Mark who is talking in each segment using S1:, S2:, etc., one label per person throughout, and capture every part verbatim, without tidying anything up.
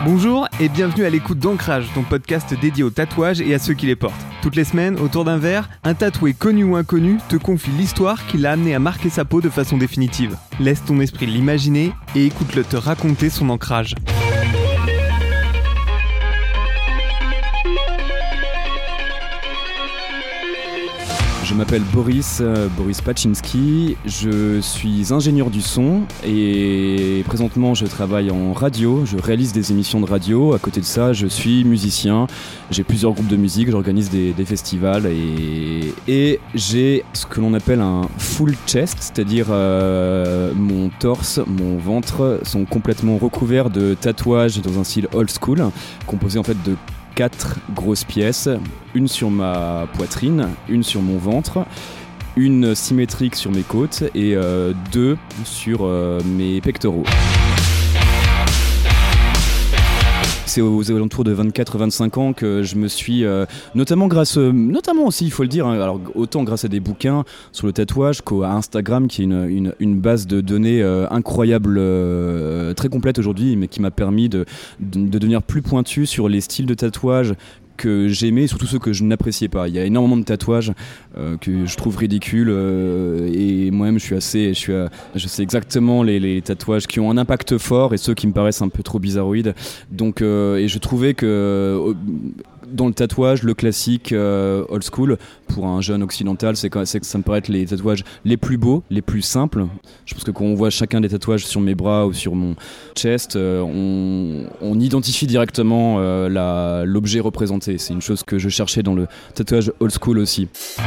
S1: Bonjour et bienvenue à l'écoute d'Ancrage, ton podcast dédié aux tatouages et à ceux qui les portent. Toutes les semaines, autour d'un verre, un tatoué connu ou inconnu te confie l'histoire qui l'a amené à marquer sa peau de façon définitive. Laisse ton esprit l'imaginer et écoute-le te raconter son ancrage.
S2: Je m'appelle Boris, euh, Boris Paczynski, je suis ingénieur du son et présentement je travaille en radio, je réalise des émissions de radio. À côté de ça, je suis musicien, j'ai plusieurs groupes de musique, j'organise des, des festivals et, et j'ai ce que l'on appelle un full chest, c'est-à-dire euh, mon torse, mon ventre sont complètement recouverts de tatouages dans un style old school, composé en fait de quatre grosses pièces, une sur ma poitrine, une sur mon ventre, une symétrique sur mes côtes et euh, deux sur euh, mes pectoraux. C'est aux alentours de vingt-quatre à vingt-cinq ans que je me suis, euh, notamment grâce, notamment aussi il faut le dire, hein, alors autant grâce à des bouquins sur le tatouage qu'à Instagram qui est une, une, une base de données euh, incroyable, euh, très complète aujourd'hui, mais qui m'a permis de, de, de devenir plus pointu sur les styles de tatouage que j'aimais et surtout ceux que je n'appréciais pas. Il y a énormément de tatouages euh, que je trouve ridicules euh, et moi-même je suis assez, je, suis, euh, je sais exactement les, les tatouages qui ont un impact fort et ceux qui me paraissent un peu trop bizarroïdes. Donc, euh, et je trouvais que euh, dans le tatouage, le classique euh, old school, pour un jeune occidental, c'est que, c'est que ça me paraît être les tatouages les plus beaux, les plus simples. Je pense que quand on voit chacun des tatouages sur mes bras ou sur mon chest, euh, on, on identifie directement euh, la, l'objet représenté. C'est une chose que je cherchais dans le tatouage old school aussi.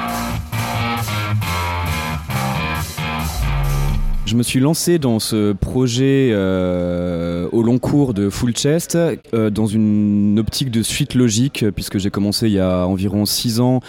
S2: Je me suis lancé dans ce projet euh, au long cours de Full Chest euh, dans une optique de suite logique puisque j'ai commencé il y a environ six ans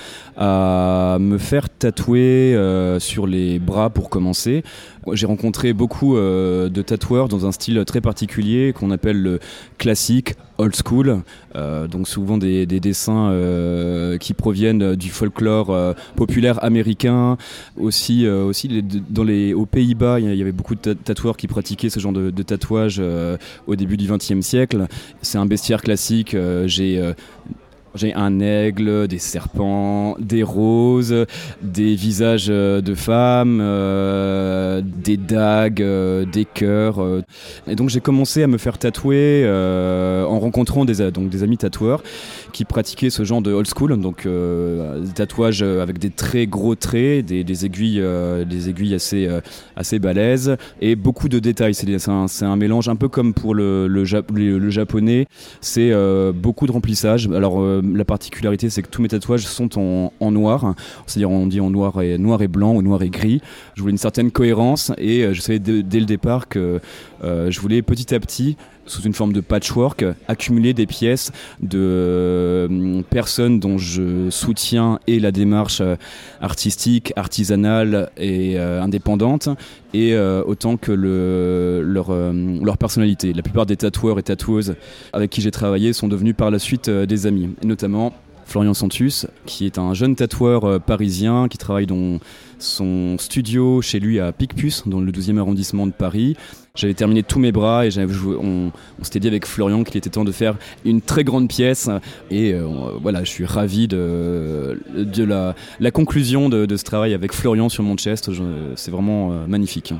S2: à me faire tatouer euh, sur les bras pour commencer. J'ai rencontré beaucoup euh, de tatoueurs dans un style très particulier qu'on appelle le classique old school, euh, donc souvent des, des dessins euh, qui proviennent du folklore euh, populaire américain. Aussi, euh, aussi les, dans les, aux Pays-Bas, il y avait beaucoup de tatoueurs qui pratiquaient ce genre de, de tatouage euh, au début du vingtième siècle. C'est un bestiaire classique. Euh, j'ai euh, J'ai un aigle, des serpents, des roses, des visages de femmes, euh, des dagues, euh, des cœurs. Euh. Et donc j'ai commencé à me faire tatouer euh, en rencontrant des, donc des amis tatoueurs qui pratiquaient ce genre de old school, donc euh, des tatouages avec des très gros traits, des, des aiguilles, euh, des aiguilles assez, euh, assez balèzes et beaucoup de détails. C'est, c'est, un, c'est un mélange un peu comme pour le, le, le, le japonais, c'est euh, beaucoup de remplissage. Alors euh, la particularité, c'est que tous mes tatouages sont en, en noir, c'est-à-dire on dit en noir et, noir et blanc ou noir et gris. Je voulais une certaine cohérence et euh, je savais de, dès le départ que euh, je voulais petit à petit, sous une forme de patchwork, accumuler des pièces de euh, personnes dont je soutiens et la démarche euh, artistique, artisanale et euh, indépendante, et euh, autant que le, leur, euh, leur personnalité. La plupart des tatoueurs et tatoueuses avec qui j'ai travaillé sont devenus par la suite euh, des amis, et notamment Florian Santus, qui est un jeune tatoueur euh, parisien qui travaille dans son studio chez lui à Picpus, dans le douzième arrondissement de Paris. J'avais terminé tous mes bras et j'avais joué, on, on s'était dit avec Florian qu'il était temps de faire une très grande pièce. Et euh, voilà, je suis ravi de, de la, la conclusion de, de ce travail avec Florian sur mon chest. Je, c'est vraiment euh, magnifique.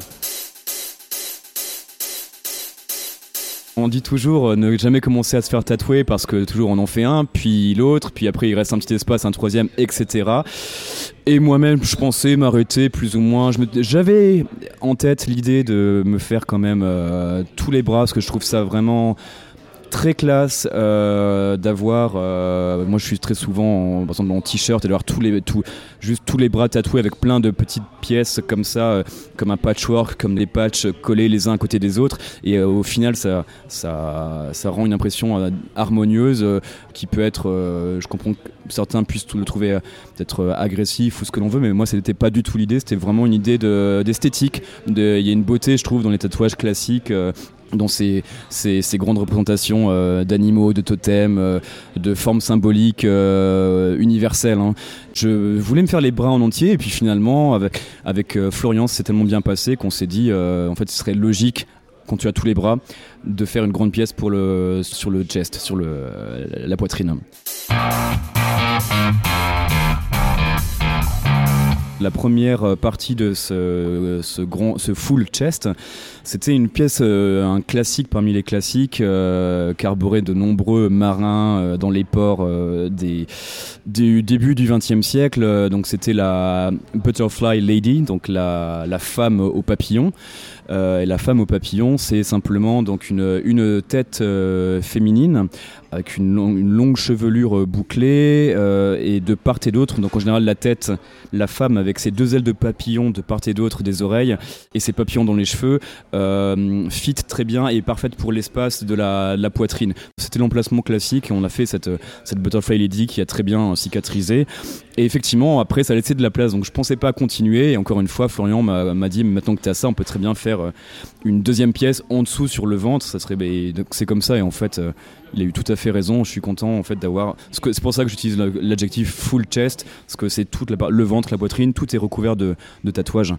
S2: On dit toujours euh, ne jamais commencer à se faire tatouer parce que toujours on en fait un, puis l'autre, puis après il reste un petit espace, un troisième, et cetera. Et moi-même, je pensais m'arrêter plus ou moins. Je me, j'avais en tête l'idée de me faire quand même euh, tous les bras parce que je trouve ça vraiment très classe euh, d'avoir euh, moi je suis très souvent en, par exemple en t-shirt et d'avoir tous les, tout, juste tous les bras tatoués avec plein de petites pièces comme ça, euh, comme un patchwork, comme des patchs collés les uns à côté des autres, et euh, au final ça, ça, ça rend une impression euh, harmonieuse euh, qui peut être, euh, je comprends que certains puissent le trouver euh, peut-être euh, agressif ou ce que l'on veut, mais moi c'était pas du tout l'idée, c'était vraiment une idée de, d'esthétique. De, il y a une beauté je trouve dans les tatouages classiques, euh, dans ces, ces, ces grandes représentations euh, d'animaux, de totems, euh, de formes symboliques euh, universelles. Hein. Je voulais me faire les bras en entier et puis finalement avec, avec euh, Florian c'est tellement bien passé qu'on s'est dit euh, en fait ce serait logique quand tu as tous les bras, de faire une grande pièce pour le, sur le chest, sur le, la poitrine. La première partie de ce, ce, grand, ce full chest, c'était une pièce, euh, un classique parmi les classiques, euh, qu'arboraient de nombreux marins euh, dans les ports euh, des, du début du vingtième siècle. Donc c'était la Butterfly Lady, donc la, la femme au papillon. Euh, et la femme au papillon, c'est simplement donc une, une tête euh, féminine avec une, long, une longue chevelure bouclée euh, et de part et d'autre. Donc en général, la tête, la femme avec ses deux ailes de papillon de part et d'autre des oreilles et ses papillons dans les cheveux, euh, fit très bien et est parfaite pour l'espace de la, de la poitrine. C'était l'emplacement classique et on a fait cette, cette Butterfly Lady qui a très bien cicatrisé. Et effectivement, après, ça a laissé de la place. Donc je pensais pas continuer. Et encore une fois, Florian m'a, m'a dit, maintenant que tu as ça, on peut très bien faire une deuxième pièce en dessous sur le ventre. Ça serait, et donc c'est comme ça. Et en fait, il a eu tout à fait raison. Je suis content en fait d'avoir. C'est pour ça que j'utilise l'adjectif full chest, parce que c'est toute la, le ventre, la poitrine, tout est recouvert de, de tatouages.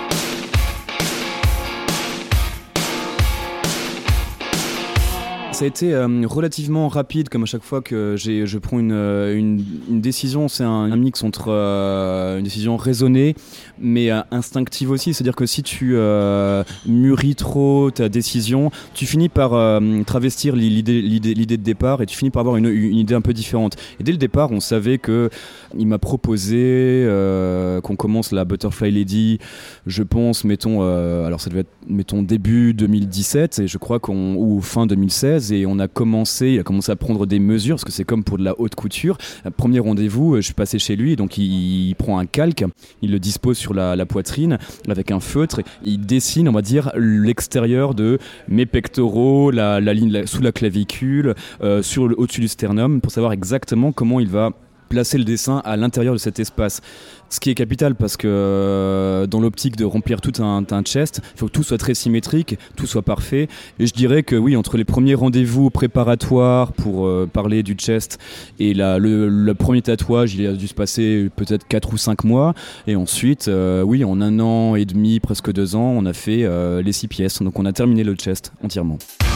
S2: Ça a été euh, relativement rapide, comme à chaque fois que j'ai, je prends une, une, une décision, c'est un, un mix entre euh, une décision raisonnée mais euh, instinctive aussi, c'est-à-dire que si tu euh, mûris trop ta décision, tu finis par euh, travestir l'idée, l'idée, l'idée de départ et tu finis par avoir une, une idée un peu différente. Et dès le départ, on savait qu'il m'a proposé euh, qu'on commence la Butterfly Lady, je pense, mettons, euh, alors ça devait être, mettons, début deux mille dix-sept et je crois qu'on, ou fin deux mille seize. Et on a commencé, il a commencé à prendre des mesures, parce que c'est comme pour de la haute couture. Premier rendez-vous, je suis passé chez lui, donc il, il prend un calque, il le dispose sur la, la poitrine avec un feutre, il dessine, on va dire, l'extérieur de mes pectoraux, la, la ligne la, sous la clavicule, euh, sur le, au-dessus du sternum, pour savoir exactement comment il va placer le dessin à l'intérieur de cet espace. Ce qui est capital parce que euh, dans l'optique de remplir tout un, un chest, il faut que tout soit très symétrique, tout soit parfait. Et je dirais que oui, entre les premiers rendez-vous préparatoires pour euh, parler du chest et la, le, le premier tatouage, il a dû se passer peut-être quatre ou cinq mois. Et ensuite, euh, oui, en un an et demi, presque deux ans, on a fait euh, les six pièces. Donc on a terminé le chest entièrement.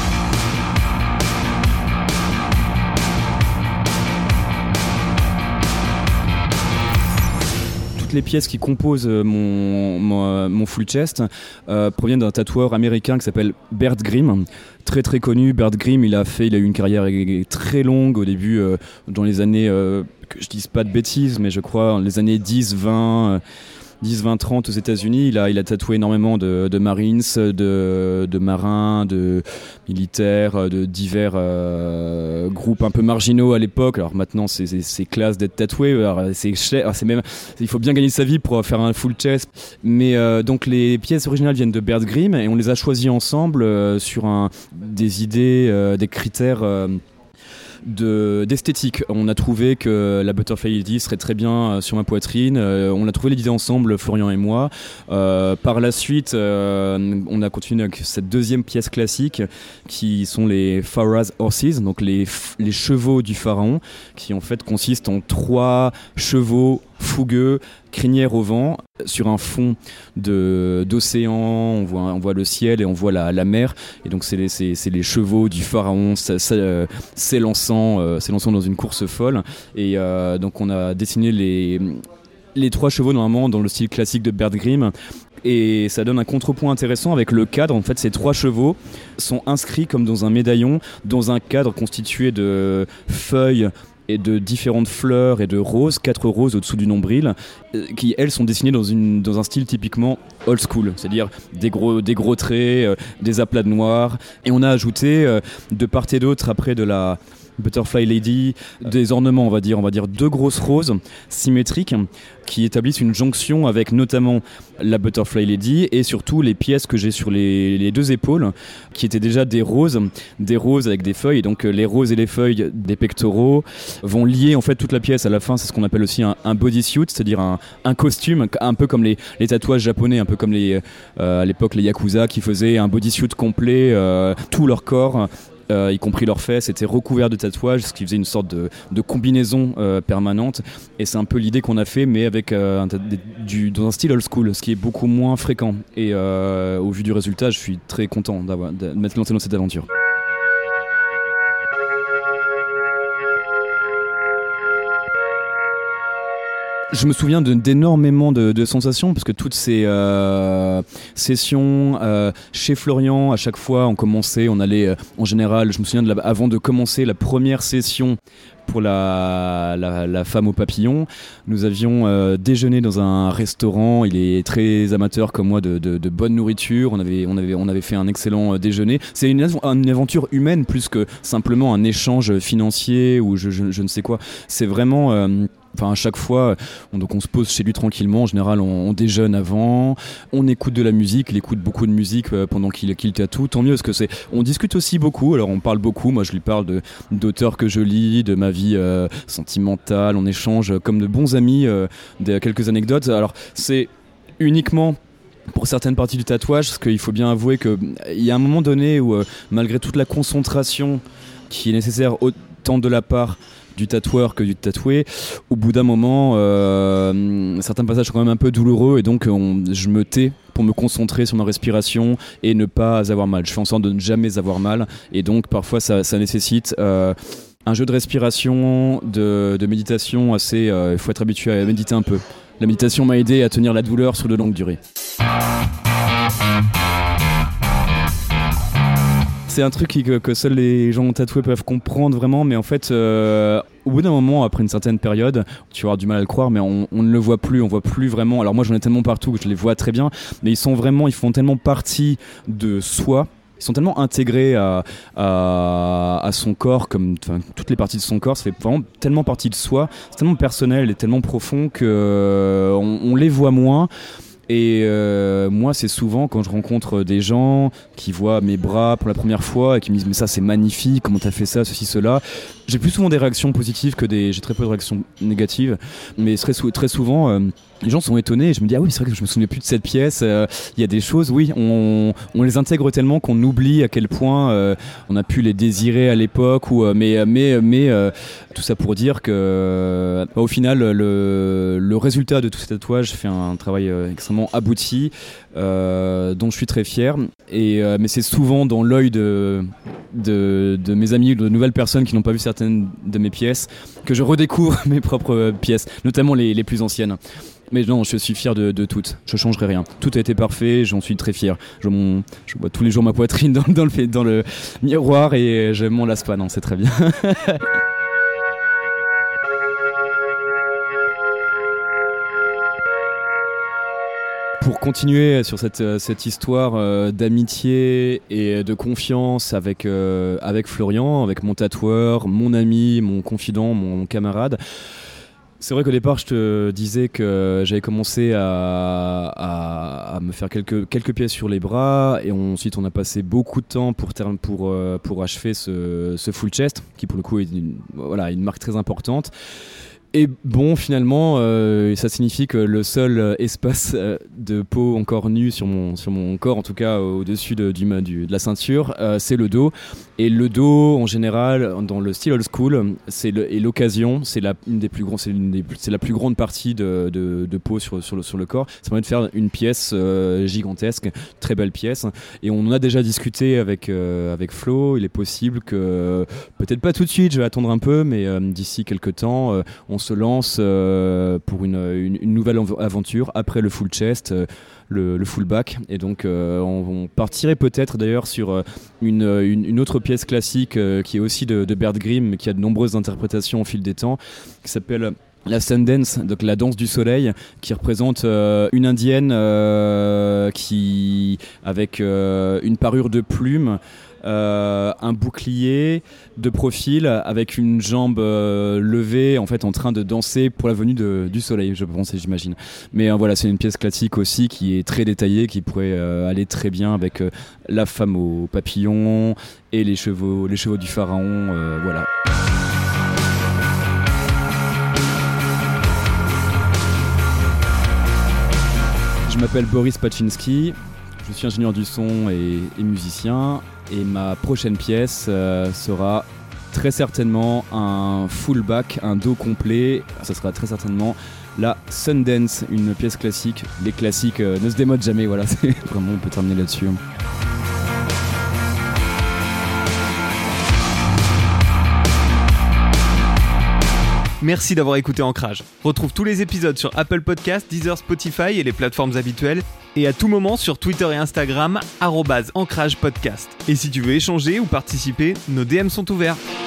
S2: Les pièces qui composent mon, mon, mon full chest euh, proviennent d'un tatoueur américain qui s'appelle Bert Grimm, très très connu. Bert Grimm, il a fait, il a eu une carrière très longue au début, euh, dans les années, euh, que je dise pas de bêtises, mais je crois dans les années dix, vingt, dix, vingt, trente aux États-Unis. Il a, il a tatoué énormément de, de Marines, de, de marins, de militaires, de divers euh, groupes un peu marginaux à l'époque. Alors maintenant, c'est, c'est, c'est classe d'être tatoué. Alors, c'est cher, c'est même, il faut bien gagner sa vie pour faire un full chest. Mais euh, donc les pièces originales viennent de Bert Grimm et on les a choisies ensemble euh, sur un, des idées, euh, des critères. Euh, De, d'esthétique. On a trouvé que la Butterfly Lady serait très bien sur ma poitrine. Euh, on a trouvé l'idée ensemble, Florian et moi. Euh, par la suite, euh, on a continué avec cette deuxième pièce classique qui sont les Pharaoh's Horses, donc les, les chevaux du pharaon, qui en fait consistent en trois chevaux fougueux, crinière au vent, sur un fond de, d'océan, on voit, on voit le ciel et on voit la, la mer, et donc c'est les, c'est, c'est les chevaux du pharaon ça, ça, euh, s'élançant, euh, s'élançant dans une course folle, et euh, donc on a dessiné les, les trois chevaux normalement dans le style classique de Bert Grimm, et ça donne un contrepoint intéressant avec le cadre. En fait, ces trois chevaux sont inscrits comme dans un médaillon, dans un cadre constitué de feuilles et de différentes fleurs et de roses, quatre roses au-dessous du nombril, euh, qui elles sont dessinées dans, une, dans un style typiquement old school, c'est-à-dire des gros, des gros traits, euh, des aplats de noir, et on a ajouté euh, de part et d'autre après de la Butterfly Lady, des ornements, on va dire, on va dire deux grosses roses symétriques qui établissent une jonction avec notamment la Butterfly Lady et surtout les pièces que j'ai sur les, les deux épaules qui étaient déjà des roses, des roses avec des feuilles, et donc les roses et les feuilles des pectoraux vont lier en fait toute la pièce. À la fin, c'est ce qu'on appelle aussi un, un bodysuit, c'est-à-dire un, un costume, un peu comme les, les tatouages japonais, un peu comme les, euh, à l'époque les Yakuza qui faisaient un bodysuit complet, euh, tout leur corps euh, y compris leurs fesses, étaient recouverts de tatouages, ce qui faisait une sorte de, de combinaison euh, permanente. Et c'est un peu l'idée qu'on a fait, mais avec euh, un, du, dans un style old school, ce qui est beaucoup moins fréquent. Et euh, au vu du résultat, je suis très content d'avoir, de m'être lancé dans cette aventure. Je me souviens de, d'énormément de, de sensations parce que toutes ces euh, sessions euh, chez Florian, à chaque fois on commençait, on allait euh, en général, je me souviens de la, avant de commencer la première session pour la, la, la femme au papillon, nous avions euh, déjeuné dans un restaurant. Il est très amateur comme moi de, de, de bonne nourriture. On avait, on, avait, on avait fait un excellent euh, déjeuner. C'est une, une aventure humaine plus que simplement un échange financier ou je, je, je ne sais quoi. C'est vraiment... Euh, Enfin, à chaque fois, on, donc on se pose chez lui tranquillement. En général, on, on déjeune avant, on écoute de la musique. Il écoute beaucoup de musique euh, pendant qu'il, qu'il tatoue. Tant mieux, parce que c'est. On discute aussi beaucoup. Alors, on parle beaucoup. Moi, je lui parle de, d'auteurs que je lis, de ma vie euh, sentimentale. On échange euh, comme de bons amis, euh, de quelques anecdotes. Alors, c'est uniquement pour certaines parties du tatouage, parce qu'il faut bien avouer qu'il y a un moment donné où, euh, malgré toute la concentration qui est nécessaire autant de la part du tatoueur que du tatoué, au bout d'un moment euh, certains passages sont quand même un peu douloureux et donc on, je me tais pour me concentrer sur ma respiration et ne pas avoir mal. Je fais en sorte de ne jamais avoir mal et donc parfois ça, ça nécessite euh, un jeu de respiration, de, de méditation assez... Il euh, faut être habitué à méditer un peu. La méditation m'a aidé à tenir la douleur sur de longues durées. C'est un truc qui, que, que seuls les gens tatoués peuvent comprendre vraiment, mais en fait, euh, au bout d'un moment, après une certaine période, tu auras du mal à le croire, mais on, on ne le voit plus, on voit plus vraiment. Alors moi, j'en ai tellement partout que je les vois très bien, mais ils sont vraiment, ils font tellement partie de soi. Ils sont tellement intégrés à, à, à son corps, comme toutes les parties de son corps, ça fait vraiment tellement partie de soi, c'est tellement personnel et tellement profond qu'on euh, on les voit moins. Et euh, moi, c'est souvent quand je rencontre des gens qui voient mes bras pour la première fois et qui me disent mais ça c'est magnifique, comment t'as fait ça, ceci, cela. J'ai plus souvent des réactions positives que des, j'ai très peu de réactions négatives, mais très, sou- très souvent euh, les gens sont étonnés et je me dis ah oui c'est vrai que je me souvenais plus de cette pièce. Il euh, y a des choses, oui, on, on les intègre tellement qu'on oublie à quel point euh, on a pu les désirer à l'époque. Ou euh, mais mais mais euh, tout ça pour dire que euh, au final le le résultat de tout ces tatouages fait un travail euh, extrêmement abouti euh, dont je suis très fier. Et euh, mais c'est souvent dans l'œil de de de mes amis ou de nouvelles personnes qui n'ont pas vu certaines de mes pièces que je redécouvre mes propres pièces, notamment les les plus anciennes. Mais non, je suis fier de, de toutes. Je changerai rien. Tout a été parfait. J'en suis très fier. Je, mon, je vois tous les jours ma poitrine dans, dans, le, dans le miroir et je m'en lasse pas. Non, c'est très bien. Pour continuer sur cette, cette histoire euh, d'amitié et de confiance avec, euh, avec Florian, avec mon tatoueur, mon ami, mon confident, mon camarade. C'est vrai qu'au départ, je te disais que j'avais commencé à, à, à me faire quelques, quelques pièces sur les bras et on, ensuite on a passé beaucoup de temps pour, ter- pour, euh, pour achever ce, ce full chest qui pour le coup est une, voilà, une marque très importante. Et bon, finalement, euh, ça signifie que le seul euh, espace euh, de peau encore nu sur mon, sur mon corps, en tout cas au-dessus de, du, du, de la ceinture, euh, c'est le dos. Et le dos, en général, dans le style old school, c'est le, et l'occasion, c'est la, une des plus grandes, c'est, une des, c'est la plus grande partie de, de, de peau sur, sur, le, sur le corps. Ça permet de faire une pièce euh, gigantesque, très belle pièce. Et on en a déjà discuté avec, euh, avec Flo. Il est possible que, peut-être pas tout de suite, je vais attendre un peu, mais euh, d'ici quelques temps, euh, on se lance euh, pour une, une, une nouvelle aventure après le full chest, euh, le, le full back. Et donc euh, on, on partirait peut-être d'ailleurs sur euh, une, une, une autre pièce classique euh, qui est aussi de, de Bert Grimm, mais qui a de nombreuses interprétations au fil des temps, qui s'appelle la Sun Dance, donc la danse du soleil, qui représente euh, une indienne euh, qui, avec euh, une parure de plume, Euh, un bouclier de profil avec une jambe euh, levée en fait en train de danser pour la venue de, du soleil, je pense et j'imagine. Mais euh, voilà, c'est une pièce classique aussi qui est très détaillée, qui pourrait euh, aller très bien avec euh, la femme au papillon et les chevaux, les chevaux du pharaon, euh, voilà. Je m'appelle Boris Paczynski. Je suis ingénieur du son et, et musicien. Et ma prochaine pièce euh, sera très certainement un full back, un dos complet. Ça sera très certainement la Sundance, une pièce classique. Les classiques euh, ne se démodent jamais, voilà, c'est vraiment, on peut terminer là-dessus.
S1: Merci d'avoir écouté Ancrage. Retrouve tous les épisodes sur Apple Podcasts, Deezer, Spotify et les plateformes habituelles. Et à tout moment sur Twitter et Instagram, arobase Ancrage Podcast. Et si tu veux échanger ou participer, nos D M sont ouverts.